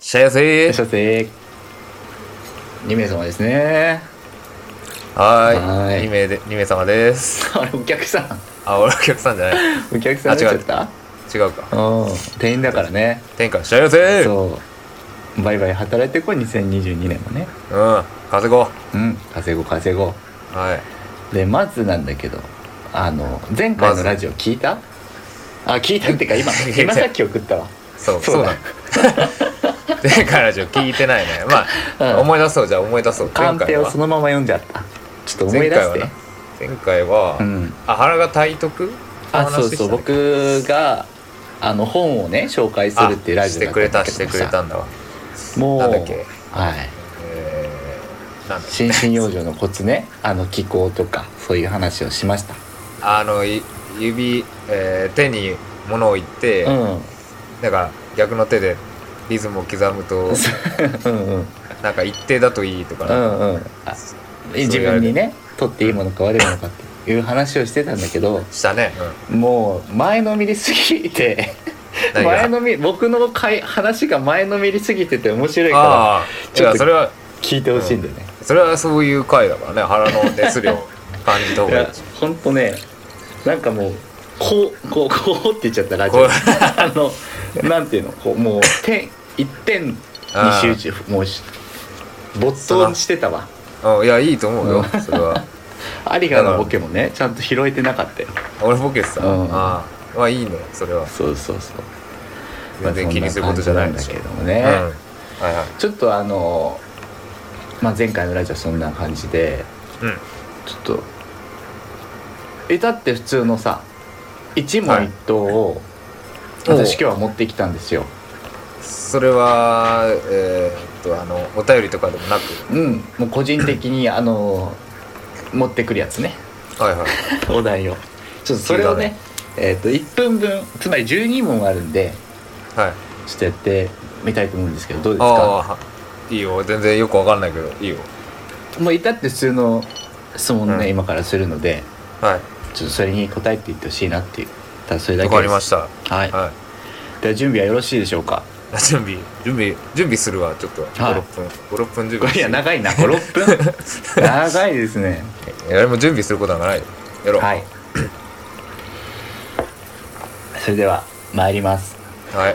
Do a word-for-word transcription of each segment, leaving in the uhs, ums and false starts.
しゃやせいらっしゃいませ。に名様ですね。 ははーいーいに名でに名様です。 あれお客さんあ、俺お客さんじゃない。 お客さんになっちゃった違うか。 うん店員だからね。 天下しゃやせ。 そうバイバイ働いてこいにせんにじゅうにねんもね。 うん稼ごう。 うん稼ごう稼ごはい。 うでまずなんだけどあの前回のラジオ聞いた、あ聞いたってか今聞いた今さっき送ったわ。 そうそうだ前回ラジオ聞いてないね。まあ、 うん思い出そう。じゃあ思い出そう。 カンペをそのまま読んじゃった。ちょっと思い出して。 前回はな前回は、 うん、 あ原が体得あそうそう僕があの本をね紹介するっていうラジオだったんだけどさしてくれたしてくれたんだわ。 もうなんだっけはいえー、なんだっけ心身養生のコツねあの気候とかそういう話をしました。 あのい指、えー、手に物を置いて、 うん、 だから逆の手でリズムを刻むとうんうんなんか一定だといいとかうなんか、 んうんあ自分にね取っていいものか悪いものかっていう話をしてたんだけどしたね、 もう前のめりすぎて何が前のめ僕の回話が前のめりすぎてて面白いうん、 かああらちょっとそれは聞いてほしいんだよね。 それはそういう回だからね。腹の熱量を感じた方いやがいいしほんとねなんかもうこうこうこうって言っちゃったラジオこうあのなんていうのこうもう点一点に集中もうし没頭してたわ。 うんいやいいと思うよそれは。 有賀のボケもねちゃんと拾えてなかったよ。 俺ボケてさ、 うんああまあいいねそれは。 そうそうそう全然気にすることじゃないんだだけどけどもね、 うん、はいはいちょっとあの、まあ、前回のラジオそんな感じでうんちょっと歌って普通のさ一問一答を私今日は持ってきたんですよ。 それはえー、っとあのお便りとかでもなくうんもう個人的にあの持ってくるやつねはいはいお題をちょっとそれをねえー、といっぷんぶんつまりじゅうに問あるんではいちょっとやってみたいと思うんですけどどうですか。 ああいいよ全然よくわかんないけどいいよ。 もう至って普通の質問ね、 うん今からするのではいちょっとそれに答えていってほしいなっていうただそれだけです。 わかりました。 はい、 はでは準備はよろしいでしょうか。 い準備準備準備するわちょっとご、 はいろっぷんご、ろっぷん準備いや長いなご、ろっぷん長いですね。 誰も準備することはないよやろうはいそれでは参ります。 はい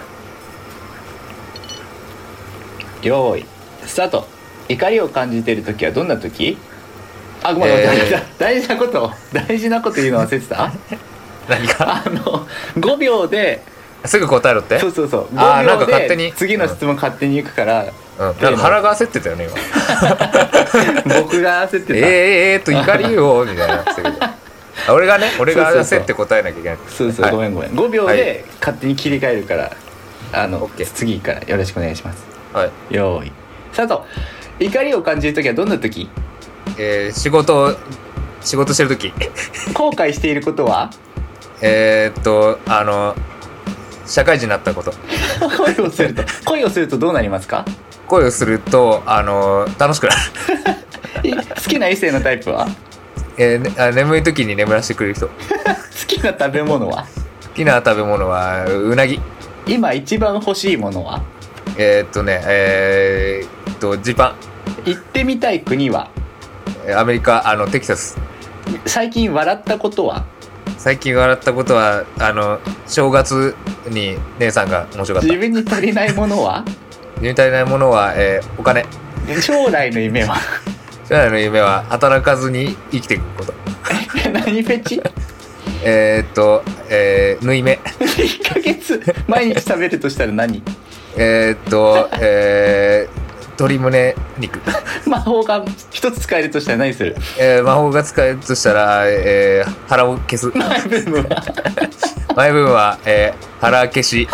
よーいスタート。怒りを感じている時はどんな時。あごめん、 えー大事な大事なこと大事なこと言うの忘れてた何かあのごびょうですぐ答えろってそうそうそうあーなんごびょうか勝手にで次の質問勝手に行くから、 うん、なんか腹が焦ってたよね今僕が焦ってた。 えー、えー、っと怒りよみたいなやつだけどあ俺がね俺が焦って答えなきゃいけない。 そうそう、 はい、 ごめんごめんごびょうで勝手に切り替えるからあのオッケー次からよろしくお願いします。 はいよーいスタート。怒りを感じる時はどんな時。 えー、仕事仕事してる時後悔していることはえーっとあの社会人になったこと恋をすると恋をするとどうなりますか。 恋をするとあの楽しくなるい好きな異性のタイプはえーね、あ眠い時に眠らせてくれる人。好好きな食べ物はきな食べ物はうなぎ。 今一番欲しいものはえー、っとねえー、っとジーパン。 行ってみたい国はアメリカあのテキサス。 最近笑ったことは最近笑ったことはあの正月に姉さんが面白かった。 自分に足りないものは自分に足りないものは、えー、お金。 将来の夢は将来の夢は働かずに生きていくこと。 何フェチえー、っと、えー、縫い目。 いっかげつ毎日食べるとしたら何えー、っと、えー、鶏胸肉。 魔法が一つ使えるとしたら何する。 えー、魔法が使えるとしたら、えー、腹を消す。 マイブームは前分は、えー、腹消し。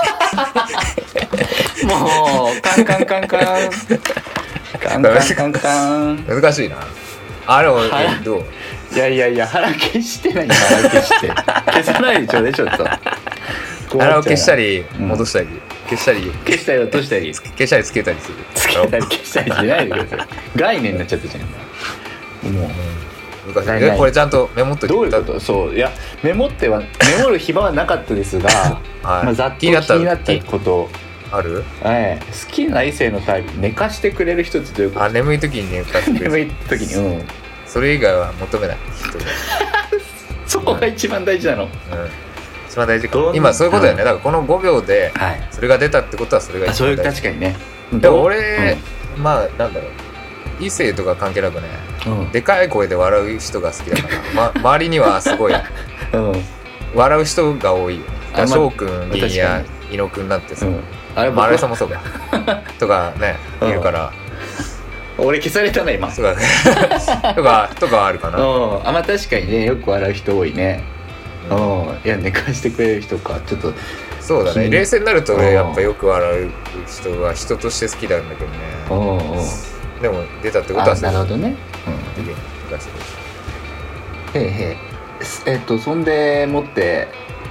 もうカンカンカンカンカンカンカンカン。 難しいな。あれも腹どう。 いやいやいや腹消してない腹消して消さないでちょうねちょっと腹を消したりうん戻したり、消したり消したり落としたり消したりつけたりする。 つけたり消したりしないでください。概念になっちゃったじゃんもう難しい。 ないないえこれちゃんとメモっといてどういうこと。そういやメモってはメモる暇はなかったですが、 はいまあ、ざっと気気になったになったことある？ はい、好きな異性のタイプ寝かしてくれる人ってどういうこと？ あ、眠い時に寝かせてくれる。 眠い時に、うん、 それ以外は求めない人がそこが一番大事なの、 うん、一番大事かどん今そういうことだよね。だからこのごびょうではい、 それが出たってことはそれがあそういう一番大事。 確かにね。 でも俺、まあなんだろう、異性とか関係なくね、 うんうんでかい声で笑う人が好きだから、ま、周りにはすごいうん笑う人が多いよ。 あま翔くん、銀や確伊野くんなんてさ、 うん、あれ僕まあ、 は荒井さんもそうかとかねうんいるから俺消されたね今。 とかとかとかはあるかな。 うん、あまあ確かにねよく笑う人多いね。 ううんん、いや寝かしてくれる人かちょっと。 そうだね。 うん冷静になるとうん俺やっぱよく笑う人は人として好きなんだけどね。 うんうん。 でも出たってことはあなるほどね。 時に出してくうん。へえへえ。えっとそんでもって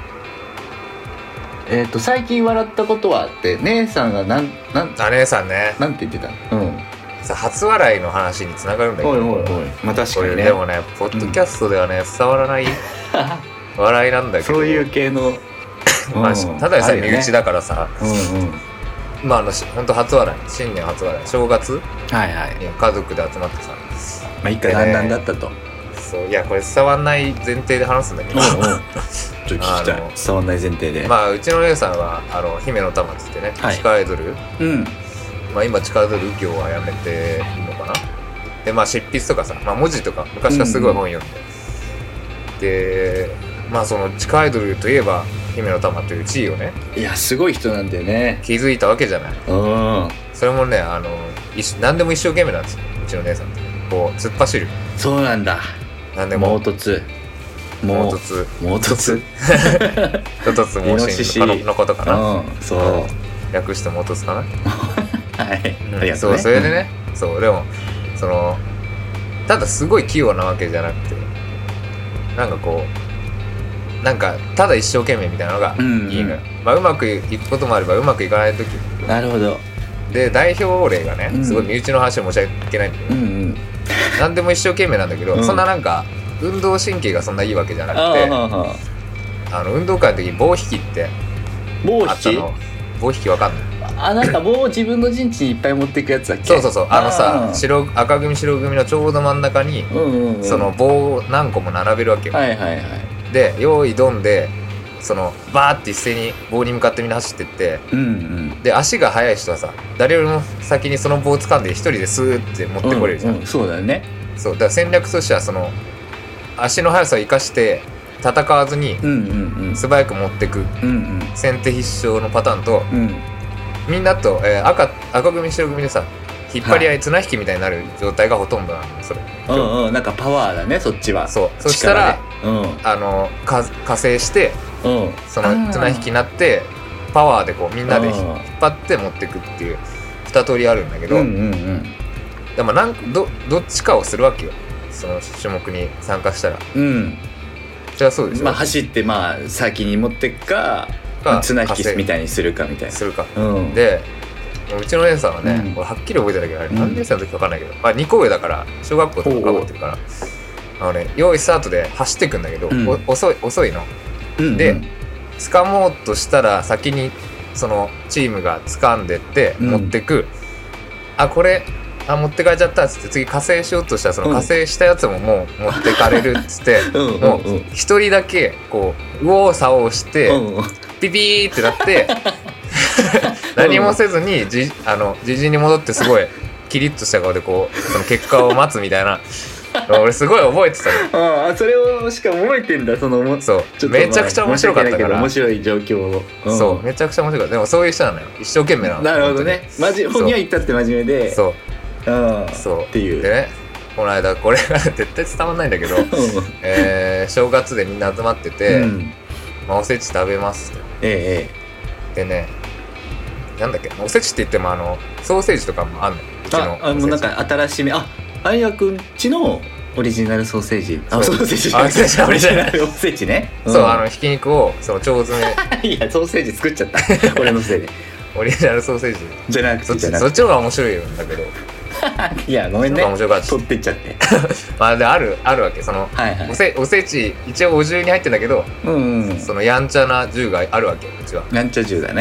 えっと最近笑ったことはって姉さんがなんなんあ姉さんねなんて言ってたの？うん。 さ初笑いの話につながるんだけど、 おいおいおい。まあ確こかにね。 れでもねポッドキャストではね、伝わらない笑いなんだけどそういう系の。 まあ、 うんただでさえあるよね身内だからさ、 うんうん。 まああのし本当初笑い新年初笑い正月はいはい。 に家族で集まってさ、 まあ一家団らんだったと。 そういやこれ伝わんない前提で話すんだけどちょっと聞きたいあの。 伝わんない前提で。 まあうちの姉さんはあの姫の玉って言ってね、 はい地下アイドル、 うん。 まあ、今地下アイドル業はやめていいのかな。でまあ執筆とかさ、まあ、文字とか昔からすごい本読んで、でまあその地下アイドルといえば姫の玉という地位をねいやすごい人なんだよね。 築いたわけじゃない。 うん。 それもねあの一何でも一生懸命なんですようちの姉さんって。こう突っ走るそうなんだ。 何でも猛突。 猛猛突猛突。 突突猛イノシシ進ののことかな、 うん。そう。 略して猛突かな、 はい。 うんありがとね。 そううそれでね、そうでもそのただすごい器用なわけじゃなくてなんかこうなんかただ一生懸命みたいなのがいいのよ、 うんうんまあ、うまくいくこともあればうまくいかない時もなるほど。 で代表例がねうんすごい身内の話を申し訳ないんだけど、 うんうん。 何でも一生懸命なんだけど、 うんそんななんか運動神経がそんないいわけじゃなくあてあはあはあ。 あの運動会の時に棒引きって棒引き？ あったの。棒引きわかんないあなんか棒を自分の陣地にいっぱい持っていくやつだっけ？ そうそうそうあのさあー白赤組白組のちょうど真ん中にうんうんうん。 その棒を何個も並べるわけよ、 はいはいはい。 で用意ドンでそのバーって一斉に棒に向かってみんな走ってってうんうん。 で足が速い人はさ誰よりも先にその棒を掴んで一人でスーって持ってこれるじゃん、 うんうん、そうだよね。 そうだから戦略としてはその足の速さを生かして戦わずにうんうんうん。 素早く持ってくうんうん先手必勝のパターンとうん。 みんなと、えー赤赤組白組でさ引っ張り合い綱引きみたいになる状態がほとんどなのそれうんうん、なんかパワーだねそっちは。 そうそしたら力であのか加勢してうんうん。 その綱引きになってパワーでこうみんなで引っうん張って持ってくっていう二通りあるんだけど、 うんうんうんでもなんどどっちかをするわけよその種目に参加したら。 うん。 じゃあそうでしょ、 まあ走ってまあ先に持ってくか、 か綱引き加勢みたいにするかみたいな。 するか。 うん。 でうちの姉さんはね、 うんこれはっきり覚えてたけどあれうん何年生の時か分かんないけど、まあ、にこ上だから小学校とか頑張ってるからあのね用意スタートで走ってくんだけど、 うんお遅い遅いのうんで掴もうとしたら先にそのチームが掴んでってうん持ってく、あこれあ持ってかれちゃったっつって次加勢しようとしたらそのうん加勢したやつももう持ってかれるっつって、 うんうんもうんう一人だけこう右往左往して、 うんうんピピーってなって何もせずにじあの自陣に戻ってすごいキリッとした顔でこうその結果を待つみたいな俺すごい覚えてたの。 ああそれをしかも覚えてんだそのもそうちょっとめちゃくちゃ面白かった申し訳ないけからど面白い状況を、うんそうめちゃくちゃ面白かったでもそういう人なのよ一生懸命なのなるほどねマジ本人は言ったって真面目でそううんそうっていうでねこの間これが絶対伝わんないんだけど、えー、正月でみんな集まってて、 うんまあ、おせち食べますとええでねなんだっけおせちって言ってもあのソーセージとかもあんのようちのああもうなんか新しめああやくんちのオリジナルソーセージあそうソーセージじゃあなくてソーセージオリジナルおせちねそう、 んあのひき肉をその腸詰めいやソーセージ作っちゃった俺のせいでオリジナルソーセージじゃなくそってちじゃなくそっちの方が面白いんだけどていやごめんねそっちの方が面白かった取ってっちゃってまあであるあるわけそのはいはいおせおせち一応お重に入ってんだけどうんうんそのやんちゃな重があるわけうちはなんちゃ銃だね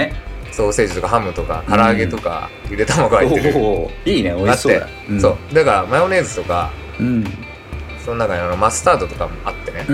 ソーセージとかハムとか唐揚げとかゆで卵入ってる、 おーいいね、美味しそうだ。 うん、そうだからマヨネーズとか、 うん、 その中にあのマスタードとかもあってね、 うんうん、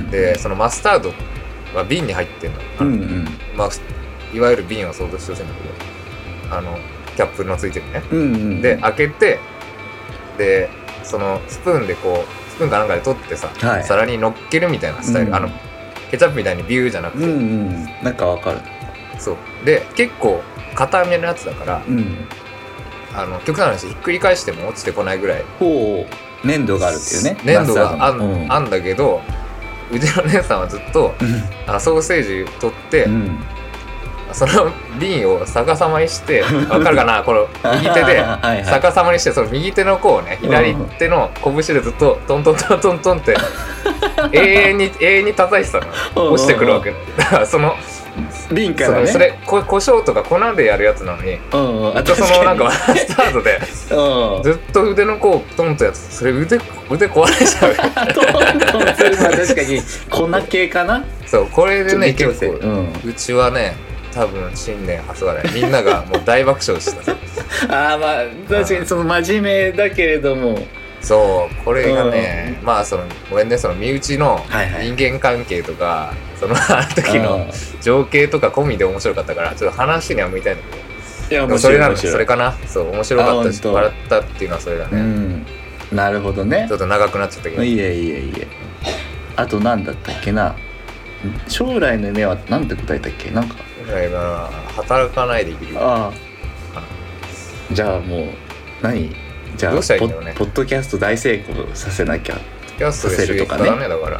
でそのマスタードは瓶に入ってんの、 うんうん、 まあ、いわゆる瓶を想像してほしいんだけど、あのキャップのついてるね、 うんうん、 で開けて、でそのスプーンでこうスプーンかなんかで取ってさ、はい、皿に乗っけるみたいなスタイル、うん、あのケチャップみたいにビューじゃなくて、 うんうん、なんかわかる。 そうで結構硬めのやつだから、 うん、 あの極端な話ひっくり返しても落ちてこないぐらいほう粘度があるっていうね、 粘度があ ん,、うん、あんだけど、うちの姉さんはずっと、うん、あのソーセージ取って、うん、その瓶を逆さまにしてわかるかなこの右手で逆さまにして、その右手の甲をね左手の拳でずっとトントントントントンって永遠に永遠に叩いてたの落ちてくるわけだからその瓶からね、 それこ胡椒とか粉でやるやつなのに、 うんうん、 あとそのなんかマスタードでずっと腕の甲をトンとやつ、それ腕腕壊れちゃうトントンするのは確かに粉系かな。 そうこれでね結構、 うん、 うちはね多分新年あそうだねみんながもう大爆笑したああまあ確かにその真面目だけれども、 そうこれがね、うん、まあそのごめんねその身内の人間関係とか、はいはい、そのあの時の情景とか込みで面白かったからちょっと話には向いたいんだけど、 いやでもそれなのそれかな、そう面白かったし笑ったっていうのはそれだね、 うん、なるほどね。 ちょっと長くなっちゃったけど、 いえいえいえ。あと何だったっけな、将来の夢は何て答えたっけ、なんか将来は働かないで生きる。 ああじゃあもう何じゃあどうしたらいいんだろうね、 ポッドキャスト大成功させなきゃ、ポッドキャストで収益化だねだから、 うん、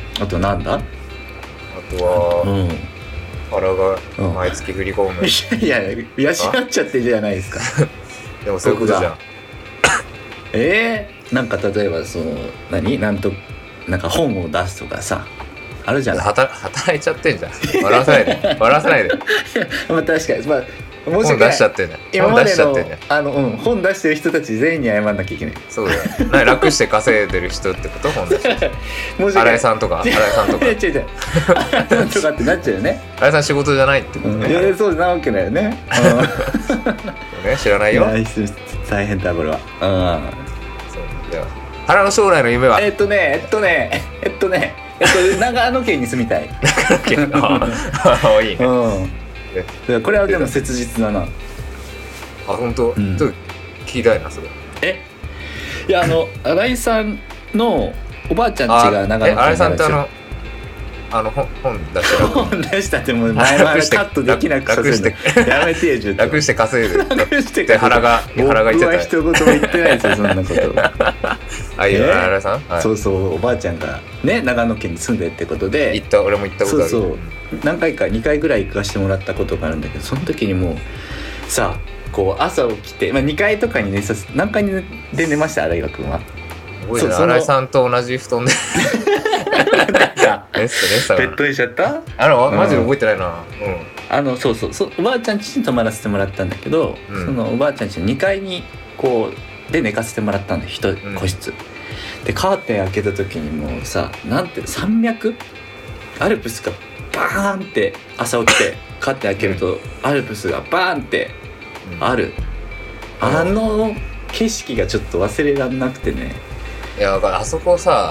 あとなんだ、 あとは、 うん、 原が毎月振り込む、うん、 いやいや養っちゃってるじゃないですかでもそういうことじゃんえー、なんか例えばその何なんとなんか本を出すとかさあるじゃない。 働働いちゃってんじゃん笑わせないで笑わせないでまあ確かに、まあ本出しちゃってんね今までのあの、うん、本出してる人たち全員に謝んなきゃいけない。 そうだよ何楽して稼いでる人ってこと本出して新井さんとか新井さんとかいや違う違う新井とかってなっちゃうよね新井さん仕事じゃないってことね、 うん、いやそうなわけだよね、 ね知らないよ。 いや大変だこれは、うん、 そうでは原の将来の夢はえっとねえっとねえっとねえっと長野県に住みたい長野県ああいいね、 うん、これはでも切実だな。 あ本当、うん、ちょっと聞きたいなそれ。 えいやあの新井さんのおばあちゃん家が長野県にあるんですよ。新井さんってあのあの 本, 本出した本出したってもう前々カットできなくさせるのやめてよちょっと楽して稼いでる楽してって原が原が言ってた。 僕は一言も言ってないですよそんなことあいいよ新井さん、 はい、そうそうおばあちゃんがね長野県に住んでるってことで行った俺も行ったことある。 そうそう何回かにかいぐらい行かしてもらったことがあるんだけど、その時にもうさこう朝起きて、まあ、にかいとかに寝させ何階で寝ました新井君は。 すごいな新井さんと同じ布団でベッドにしちゃった。 あのマジで覚えてないな、うん、 あのそうそうそうおばあちゃん家に泊まらせてもらったんだけど、うん、そのおばあちゃん家のにかいにこうで寝かせてもらったんだ一個室、うん、でカーテン開けた時にもうさなんて山脈アルプスがバーンって朝起きてカーテン開けるとアルプスがバーンってある、うん、あの景色がちょっと忘れられなくてね。 いやあそこさ、 うん、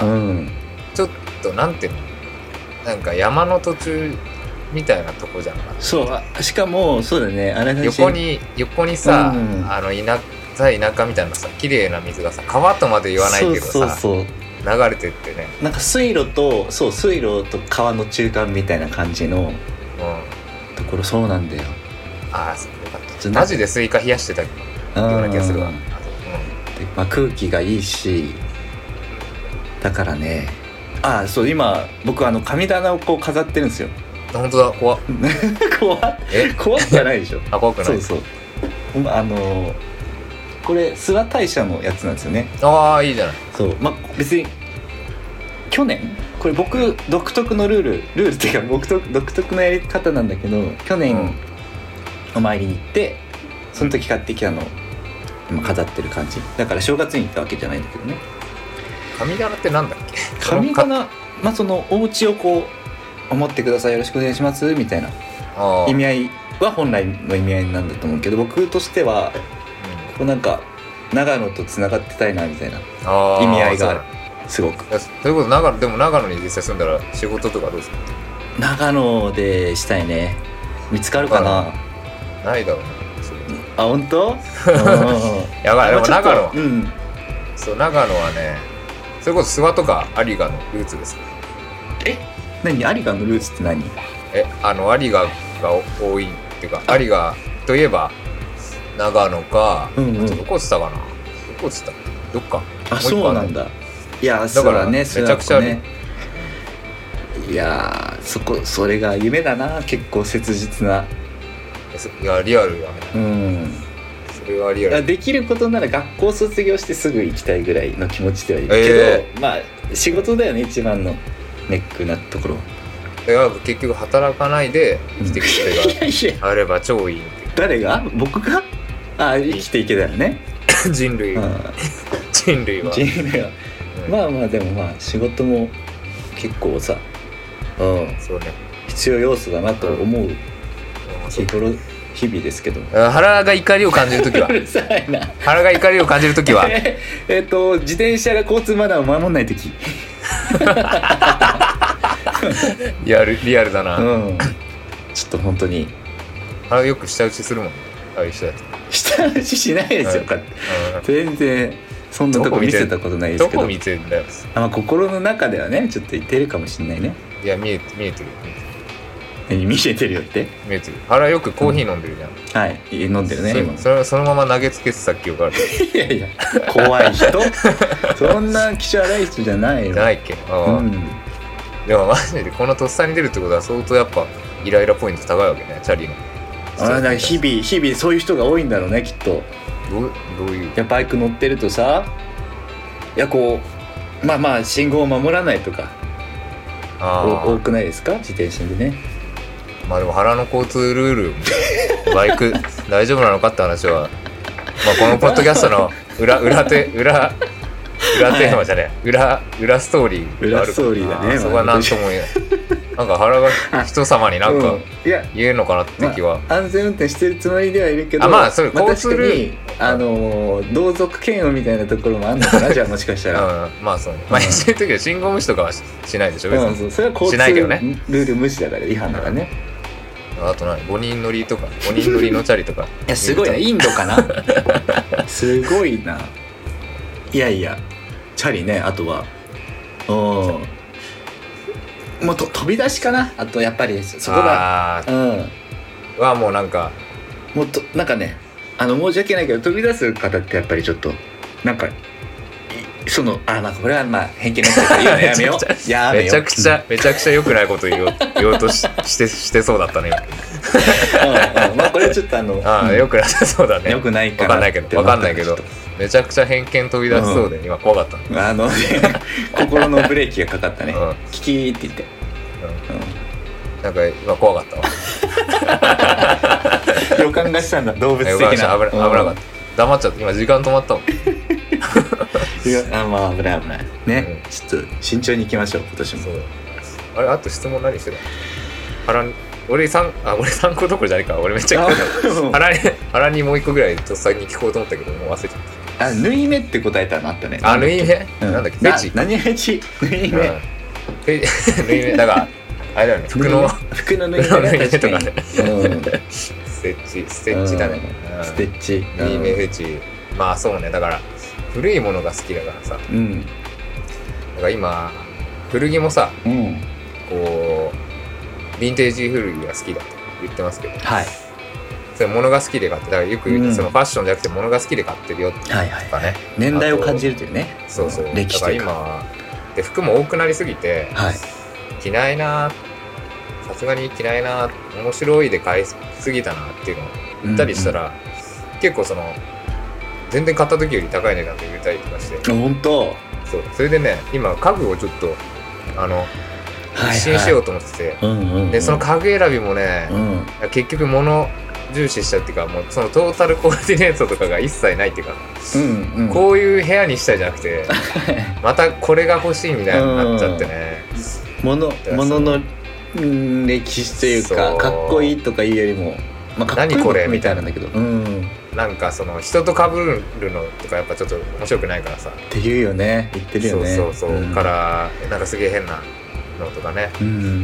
ちょっとなんていうのなんか山の途中みたいなとこじゃんか。 そうしかもそうだねあれ横に横にさ、うん、あの田舎田舎みたいなさ綺麗な水がさ川とまで言わないけどさそうそうそう流れてってねなんか水路とそう水路と川の中間みたいな感じの、うん、ところそうなんだよ。 ああそうよかったマジでスイカ冷やしてたような気がするわ、うんでまあ、空気がいいしだからねああそう今僕あの神棚をこう飾ってるんですよ。 本当だ怖っ怖っえ怖くないでしょあ怖くないそうそうあのこれ諏訪大社のやつなんですよね。 ああいいじゃない。 そうまあ別に去年これ僕独特のルールルールっていうか僕独特のやり方なんだけど去年お参りに行ってその時買ってきたのを今飾ってる感じだから正月に行ったわけじゃないんだけどね。 神棚ってなんだっけ。 神棚まあそのお家をこう思ってくださいよろしくお願いしますみたいな意味合いは本来の意味合いなんだと思うけど、僕としてはこうなんか長野とつながってたいなみたいな意味合いがある。すごく。 ということ長野でも長野に実際住んだら仕事とかどうですか？ 長野でしたいね。見つかるかな？ ないだろうね。 あ、本当？ やばい。でも長野、 うん、 そう長野はね、それこそ諏訪とか有賀のルーツです。 え、何？有賀のルーツって何？ え、あの有賀が多いっていうか、有賀といえば長野か、うんうん、どこっつったかな？どこっつった？どっか。 あ、そうなんだ。いや、 だからね、めちゃくちゃね。 いや、そこそれが夢だな。結構切実な。 いやリアルだね。 うん。 それはリアル。 できることなら学校卒業してすぐ行きたいぐらいの気持ちではいるけど、えー、まあ仕事だよね一番のネックなところ。 いや結局働かないで生きていく人があれば超いい。 誰が？僕が？あ、生きていけたよね。 人類は。人類は。 人類は。うん、まあまあでもまあ仕事も結構さ、うん、そうね。必要要素だなと思う日頃日々ですけど。 腹が怒りを感じるときは。うるさいな。腹が怒りを感じるときは。 えっと自転車が交通マナーを守んないとき。 リアルリアルだな。 うん。ちょっと本当に。 腹よく舌打ちするもんね。ああいう人だと。 舌打ちしないですよ。うん、全然そんなとこ見せたことないですけど。 どこ見てんだよ。 あ、まあ、心の中ではねちょっと言ってるかもしれないね。 いや見え見えてる。 何見えてるよって？ 見えてる。腹よくコーヒー飲んでるじゃん。 うん、はい、飲んでるね。今それそのまま投げつけてた記憶ある。 いやいや怖い人。そんな気性荒い人じゃないよ。 じゃないっけ。ああ。うん、でもマジでこのとっさに出るってことは相当やっぱイライラポイント高いわけね、チャリの。 あ、だから日々日々そういう人が多いんだろうねきっと。 どうどういう？ いやバイク乗ってるとさ、いやこうまあまあ信号を守らないとか多くないですか、自転車でね。 まあでも腹の交通ルールバイク大丈夫なのかって話は、まあ、このポッドキャストの裏裏手裏裏テーマじゃねえ、裏裏ストーリー裏ストーリーだね。 そこは何とも言えない。なんか腹が人様になんか言えるのかなって気は、 まあ、安全運転してるつもりではいるけど、 あ、まあそれ交通ルール、 あのー、同族嫌悪みたいなところもあるのかな。じゃあもしかしたら、 うん、まあそうね、まあしてる時は信号無視とかは し, しないでしょ別に、 うん、そうそれは交通ルール無視だから違反だからね。 あと何ごにん乗りとかごにん乗りのチャリとか。 いやすごいな、インドかな。すごいな。いやいやチャリね。あとはうんもうと飛び出しかな。あとやっぱりそこがうんはもうなんかもっとなんかね、あの申し訳ないけど飛び出す方ってやっぱりちょっとなんかそのあまあこれはまあ偏見の人が言うのやめよう。やめよう。 めちゃくちゃめちゃくちゃ良くないこと言おう言おうと し, してしてそうだったね。 うんうん、まあこれちょっとあのあ、うん、良くなさそうだね。 良くないかな。 分かんないけど分かんないけどめちゃくちゃ偏見飛び出しそうで、うん、今怖かった。 あの心のブレーキがかかったね。うん、キキーって言って。 うん、なんか今怖かったわ。 予感がしたんだ。動物的な。 危なかった。黙っちゃった。今時間止まったもん。 いやあまあ危ない危ないね、うん、ちょっと慎重に行きましょう今年も。そうあれあと質問何してた？腹に俺三あ俺三個どころじゃないか。俺めっちゃ腹に腹にもう一個ぐらいとっさに聞こうと思ったけどもう忘れちゃった。 あ縫い目って答えたのあったね。 あ縫い目、うん、なんだっけフェチ。 何フェチ？縫い目。うん、 縫い目だからあれだよね。服の服の縫い目とかね。ステッチステッチだね。 ステッチ。 縫い目フェチ。まあそうねだから。古いものが好きだからさ、うん、だから今古着もさ、うん、こうヴィンテージ古着が好きだって言ってますけど、はい、それ物が好きで買ってだからよく言うと、うん、そのファッションじゃなくて物が好きで買ってるよとかね、はいはいはい、 年代を感じるというね。 そうそう歴史というかだから今で服も多くなりすぎて、はい、着ないなさすがに着ないな面白いで買いすぎたなっていうのを言ったりしたら、うんうん、結構その全然買った時より高い値段で売れたりとかして。 本当。 そうそれでね今家具をちょっとあの一新しようと思ってて、はいはいうんうんうん、でその家具選びもね、うん、結局物重視しちゃうっていうかもうそのトータルコーディネートとかが一切ないっていうか、うんうん、こういう部屋にしたいじゃなくてまたこれが欲しいみたいになっちゃってね。 物物の歴史というかかっこいいとかいうよりもまあ、かっこいい何これみたいなんだけど、うん、 なんかその人と被るのとかやっぱちょっと面白くないからさって言うよね、言ってるよね。 そうそうそう、 うん、 からなんかすげえ変なのとかね、 うん、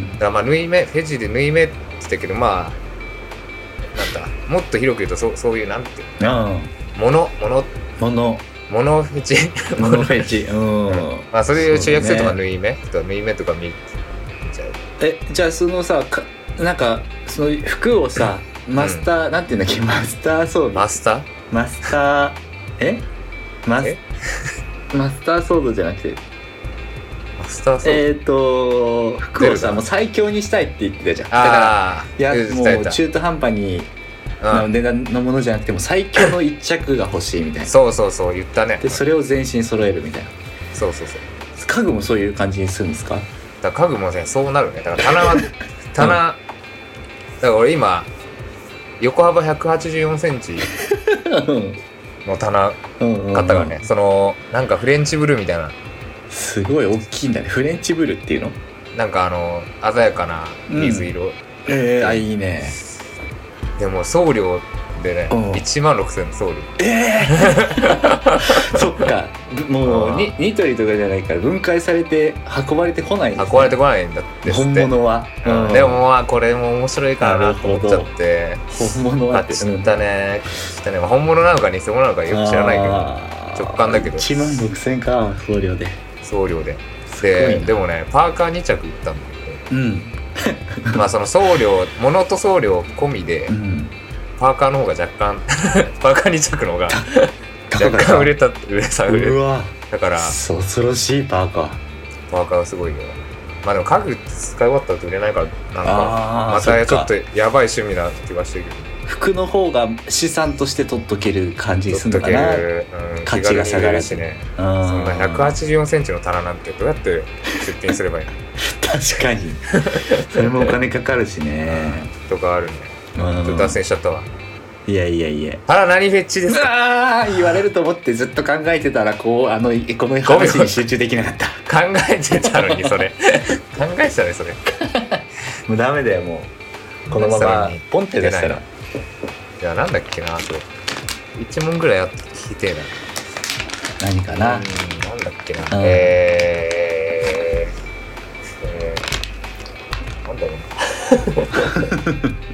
だからまあ縫い目フェチで縫い目って言ったけど、まあなんだもっと広く言うとそうそういうなんていうのものものものモノフェチモノフェチ、うん、 うん、まあそれを集約すると、まあ縫い目とか縫い目とか見ちゃう。 えじゃあそのさかなんかその服をさマスター、うん、なんていうんだっけ、マスターソードマスターマスターえマスマスターソードじゃなくてマスターソードえっ、ー、と服をさもう最強にしたいって言ってたじゃん。だからいやもう中途半端にの値段のものじゃなくても最強の一着が欲しいみたいなそうそうそう言ったね。 でそれを全身揃えるみたいな。 そうそうそう家具もそういう感じにするんですか。 だから家具もねそうなるね。だから棚は棚、うん、だから俺今横幅ひゃくはちじゅうよんセンチの棚買ったからね、そのなんかフレンチブルーみたいなすごい大きいんだね。フレンチブルーっていうのなんかあの鮮やかな水色、うん、 えー、あいいね。 でも送料でね、うん、いちまんろくせんの送料。えー、そっかもうニニトリとかじゃないから分解されて運ばれてこないんですね。 運ばれてこないんだって本物は、 うん、でもまあこれも面白いかなと思っちゃって本物はって知ったね知ったね、まあ、本物なのか偽物なのかよく知らないけど直感だけどいちまんろくせんか送料で送料でででもねパーカーにちゃく売ったんだけど、うんまあその送料物と送料込みで、うん、パーカーの方が若干パーカーに着の方が若干売れた売れた売れだから恐ろしいパーカーパーカーはすごいよ。まあでも家具使い終わったと売れないからなんかまたちょっとやばい趣味な気がしてるけど服の方が資産として取っとける感じするのかな、うん、価値が下がるしね。 そんなひゃくはちじゅうよんセンチの棚なんてどうやって出品すればいいの確かにそれもお金かかるしねとかあるね。ちょっと脱線しちゃったわ。 いやいやいやあら何フェッチですか。 あ言われると思ってずっと考えてたらこうあのこの話に集中できなかった考えてたのにそれ考えてたねそれもうダメだよもうこのままポンって出したら。 いやなんだっけなそれ一問ぐらいやって聞きてえな。何かな。 うんなんだっけな、うん、えー、えー、なんだろうな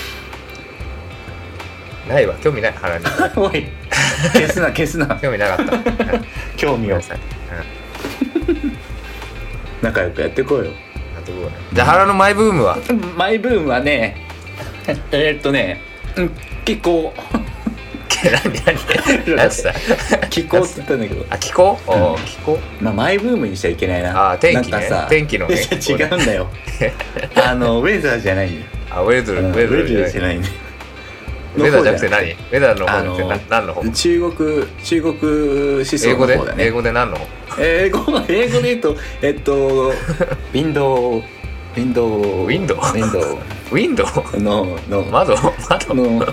ないわ興味ない腹におい消すな消すな興味なかった興味を、うん、仲良くやっていこうよ。 やっていこうね。じゃあ腹のマイブームはマイブームはねえー、っとね気候何何何つった気候って言ったんだけどあ気候、 うん、 気候まあマイブームにしちゃいけないな。 あ天気ね天気のね違うんだよあのウェザーじゃないよ。 あウェザー、うん、ウェザーじゃないね。ウェザーじゃなくて何？ウェザーの方じゃなくて何の方？ 中国中国思想の方だね。 英語で何の方？ 英語英語で言うとえっとウィンドウウィンドウウィンドウウィンドウウィンドウのの窓窓の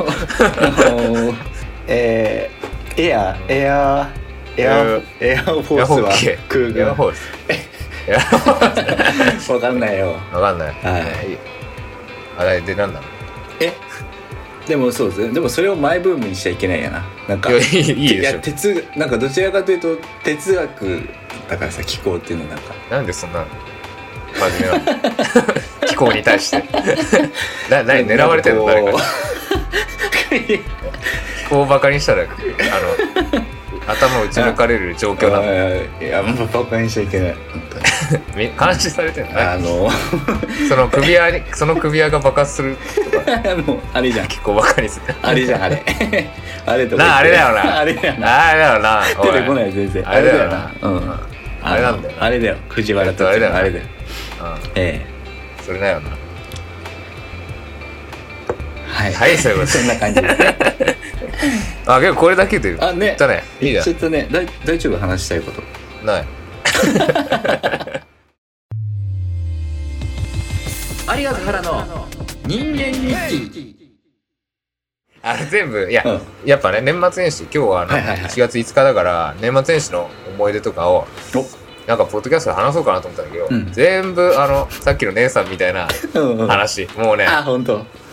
えー、エアエアエアエアフォースは空軍。エアフォース。エアフォース。わかんないよ。 わかんない。はい。あれで何なの？え？ でもそうですね。でもそれをマイブームにしちゃいけないやな。なんかいやいいでしょ。いや哲なんかどちらかというと哲学だからさ気候っていうのなんか。 なんでそんな真面目な気候に対してな何狙われてるの誰かに。気候をバカにしたらあの頭を打ち抜かれる状況なの。 いやもうバカにしちゃいけない。 監視されてるの。 あのその首輪にその首輪が爆発するとか。 もうあれじゃん。 結構バカにする。 あれじゃんあれ。あれとか。なあれだよな。 あれだよな。 あれだよな。 出てこない全然。 あれだよな。 うん。 あれなんだよ。 あれだよ。藤原とあれだよ。あれだよ。ええ。それだよな。 はい。 はいそういうこと。 そんな感じですね。 あ結構これだけであね。 言ったね。 いいじゃん。ちょっとね大大丈夫話したいこと。 ない。 有賀原の人間日記。 あれ全部いや、うん、やっぱね年末年始今日はあの、はいはいはい、いちがついつかだから年末年始の思い出とかをなんかポッドキャストで話そうかなと思ったんだけど、うん、全部あのさっきの姉さんみたいな話うん、もうねあ本当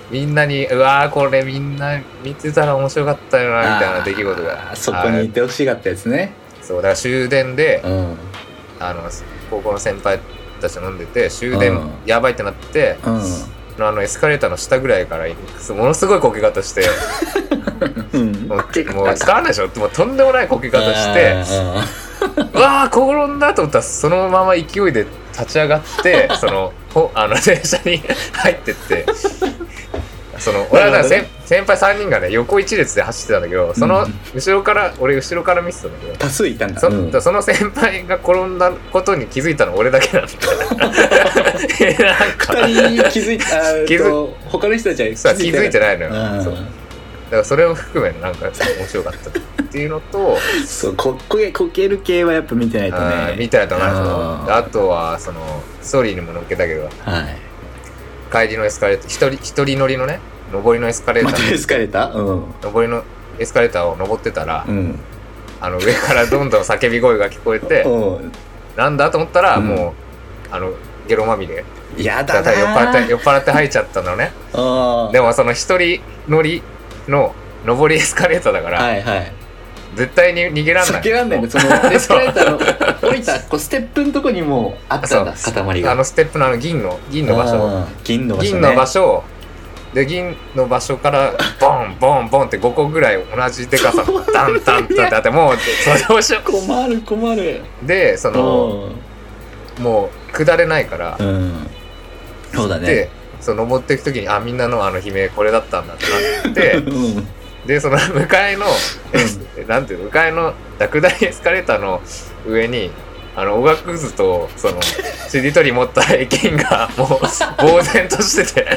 みんなにうわーこれみんな見てたら面白かったよなみたいな出来事がそこにいてほしかったですね。 そうだから終電で、 うん、 あの高校の先輩たち飲んでて終電やばいってなって、うん、あのエスカレーターの下ぐらいからものすごいこけ方してうん、もう伝わんないでしょもうとんでもないこけ方してうわー転んだと思ったらそのまま勢いで立ち上がってそのあの電車に入ってってその俺はだから先, 先輩さんにんがね横一列で走ってたんだけどその後ろから、うん、俺後ろから見てたんだけど多数いたんだそ,、うん、その先輩が転んだことに気づいたの俺だけなんだなんかふたり気づいた気づ他の人たちは気づいてないのよ、そうだからそれを含めなんか面白かったっていうのとそうこけこける系はやっぱ見てないとね見てないとなるほど。あとはそのストーリーにも載っけたけど、はい、帰りのエスカレーター一人一人乗りのね上りのエスカレーター、 ま、エスカレーター、うん、 上りのエスカレーターを登ってたら、うん、あの上からどんどん叫び声が聞こえて、うん、なんだと思ったら、うん、もうあのゲロまみれやだな酔っ払って酔っ払って吐いちゃったのねでもその一人乗りの上りエスカレーターだから、はいはい、絶対に逃げらんない避けらんないねそのエスカレーターの降りたこうステップのとこにもあったんだ塊があのステップのあの銀の銀の場所銀の場所、ね、 銀の場所で銀の場所からボンボンボンってごこぐらい同じでかさダンダンダンってあってもうどうしよう困る困るでそのもう下れないから、うん、 そうだねでその登っていく時にあみんなのあの悲鳴これだったんだってなって、うん、でその向かいのなんていうの向かいの下りエスカレーターの上にあのおがくずとそのしりとり持った駅員がもう呆然としてて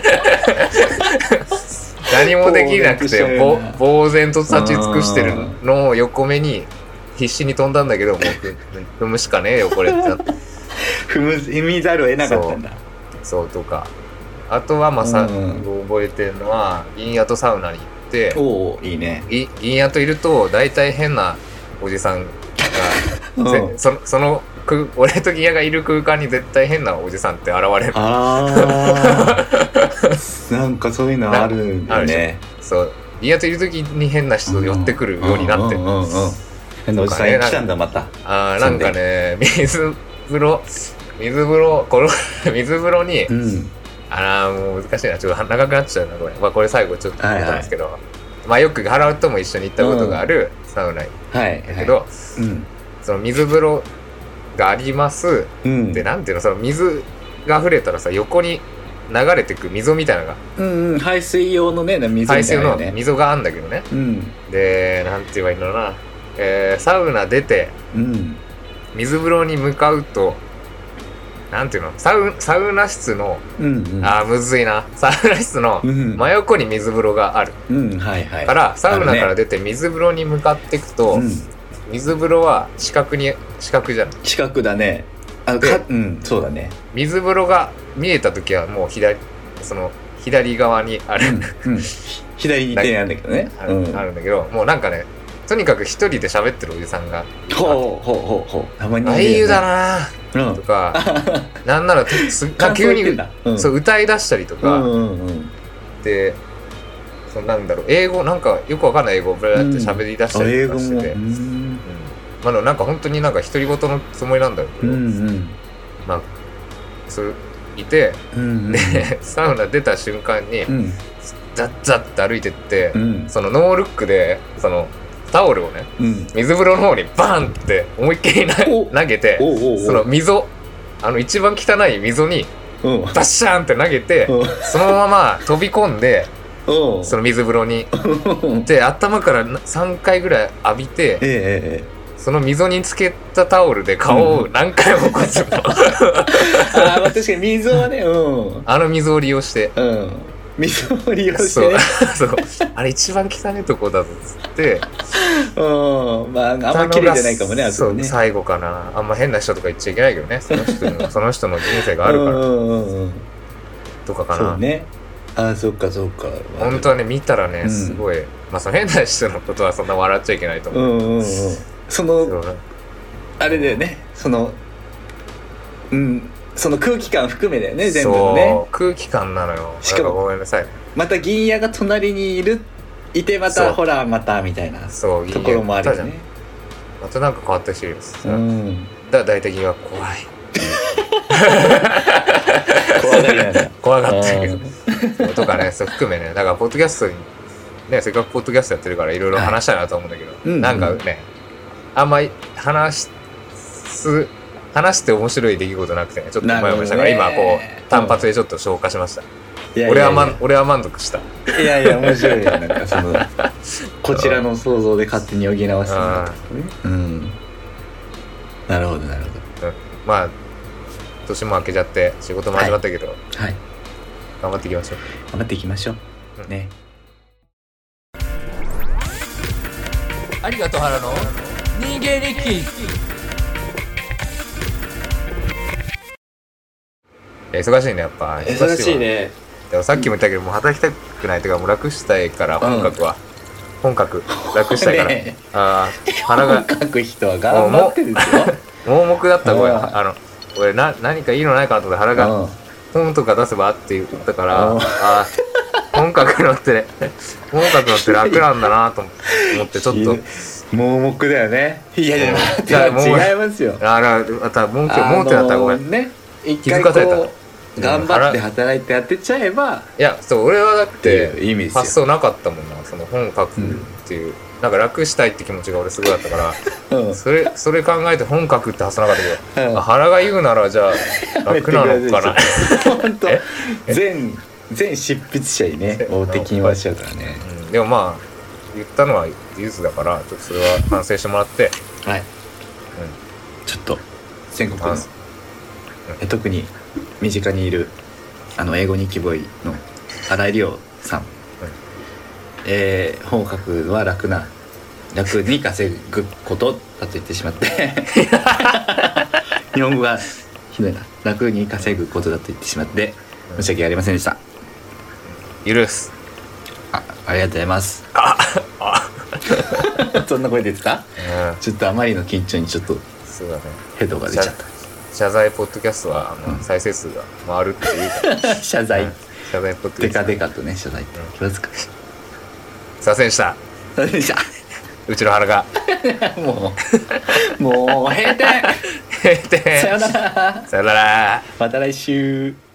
何もできなくてぼ呆然と立ち尽くしてるのを横目に必死に飛んだんだけどもう踏むしかねえよこれってなって踏む踏みざるを得なかったんだそう、そうとかあとはまあさ、うん、覚えてるのは銀屋とサウナに行っておいいね銀屋といると大体変なおじさんが、うん、そ, その俺と銀屋がいる空間に絶対変なおじさんって現れるあなんかそういうのあるんだねそう銀屋といる時に変な人寄ってくるようになってる変なおじさん来たんだまたあなんかね水風呂水風呂この水風呂に、うん、あらもう難しいなちょっと長くなっちゃうなこれ、まあ、これ最後ちょっと言ったんですけど、はいはい、まあよくハラウとも一緒に行ったことがあるサウナだけど、はいはいうん、その水風呂があります、うん、でなんていうのその水が溢れたらさ横に流れてく溝みたいなのが、 うんうん、排水用のね水みたいな、ね、排水の溝があるんだけどね、うん、でなんて言えばいいんだろうな、えー、サウナ出て、うん、水風呂に向かうとなんていうのサウ、サウナ室の、うんうん、あーむずいなサウナ室の真横に水風呂がある、うんうんはいはい、からサウナから出て水風呂に向かっていくと、ね、水風呂は四角に四角じゃない四角だねあか、うん、そうだね水風呂が見えた時はもう左その左側にある、 うんうん、左に手なんだけどねある、うん、あるんだけどもうなんかねとにかく一人で喋ってるおじさんがほうほうほうほうたまにあいゆだな、うん、とかなんならす急に、うん、そう歌い出したりとか、うんうんうん、でそのなんだろう英語なんかよくわかんない英語をブラーって喋り出したりとかしてて、うんうんまあ、なんか本当になんか独り言のつもりなんだけど、うんうん、まあそういて、うんうん、でサウナ出た瞬間に、うん、ザッザッって歩いてって、うん、そのノールックでそのタオルをね、うん、水風呂の方にバーンって思いっきり投げておうおうおうその溝あの一番汚い溝にバッシャーンって投げてそのまま飛び込んでその水風呂にで頭からさんかいぐらい浴びて、ええ、その溝につけたタオルで顔を何回もこするの、うん、あまあ確かに溝はね、うん、 あの溝を利用して、うん水を利用してねそうそうあれ一番汚いとこだぞっつってうんまああんま綺麗じゃないかもねあそこねそう最後かなあんま変な人とか言っちゃいけないけどねその人のその人の人生があるからうんうん、うん、とかかなそうねあそっかそっか本当はね見たらね、うん、すごいまあその変な人のことはそんな笑っちゃいけないと思う、うんうんうん、 そのあれだよねそのうんその空気感含めだよね全部のねそう空気感なのよしかもごめんなさいまた銀矢が隣にいるいてまたほらまたみたいなそうところもあるよね。 またなんか変わった人います。 うん。 だから大体銀矢は怖い。 怖がりなんだ。 怖がってるけど。とかね、そう含めね、だからポッドキャストにね、せっかくポッドキャストやってるからいろいろ話したいなと思うんだけど、 はい、 なんかね、あんまり話す話して面白い出来事なくてね、ちょっと前もしたから今こう単発でちょっと消化しました。いやいやいや俺は満俺は満足した。 いやいや面白いよ。なんかそのこちらの想像で勝手に補わせてもらったね。うん。なるほどなるほど。 うん、まあ年も明けちゃって仕事も始まったけど、はい、はい、頑張っていきましょう。 頑張っていきましょう。うん、ね。 ありがとう原の人間日記。 忙しいねやっぱ。 忙しいね。 でもさっきも言ったけどもう働きたくないというかもう楽したいから本格は、うん、本格楽したいから、ね、あ腹が本格人は頑張ってるんですよ。 盲目だったごめんあの俺な何かいいのないかなと思って腹が本とか出せばって言ったからあ本格のってね本格のって楽なんだなと思ってちょっと盲目だよね。いやいや違いますよ。 あらまた盲点盲点だったらごめんね。気づかされた。頑張って働いてやってちゃえば、 いやそう俺はだって発想なかったもんな。その本書くっていう、うん、なんか楽したいって気持ちが俺すごいあったから、うん、それそれ考えて本書くって発想なかったけど、うん、原が言うならじゃあ楽なのかな。 本当全全執筆者にね大敵に回しちゃうからね、 うん、でもまあ言ったのはユースだからちょっとそれは反省してもらってはい、うん、ちょっと全国の、うん、特に身近にいるあの英語日記ボーイの新井亮さん、うん、えー、本を書くのは楽な楽に稼ぐことだと言ってしまって日本語がひどいな。楽に稼ぐことだと言ってしまって申し訳ありませんでした。 許す。 あ、ありがとうございます。 ああそんな声出てた、うん、ちょっとあまりの緊張にちょっとそうだねヘドが出ちゃった。 謝罪ポッドキャストはあの、うん、再生数が回るっていうか謝罪、うん、 謝罪ポッドキャストデカデカとね謝罪って気がつく。 すいませんでした。 すいませんでした。 うちの原がもうもう閉店閉店さよならさよならまた来週。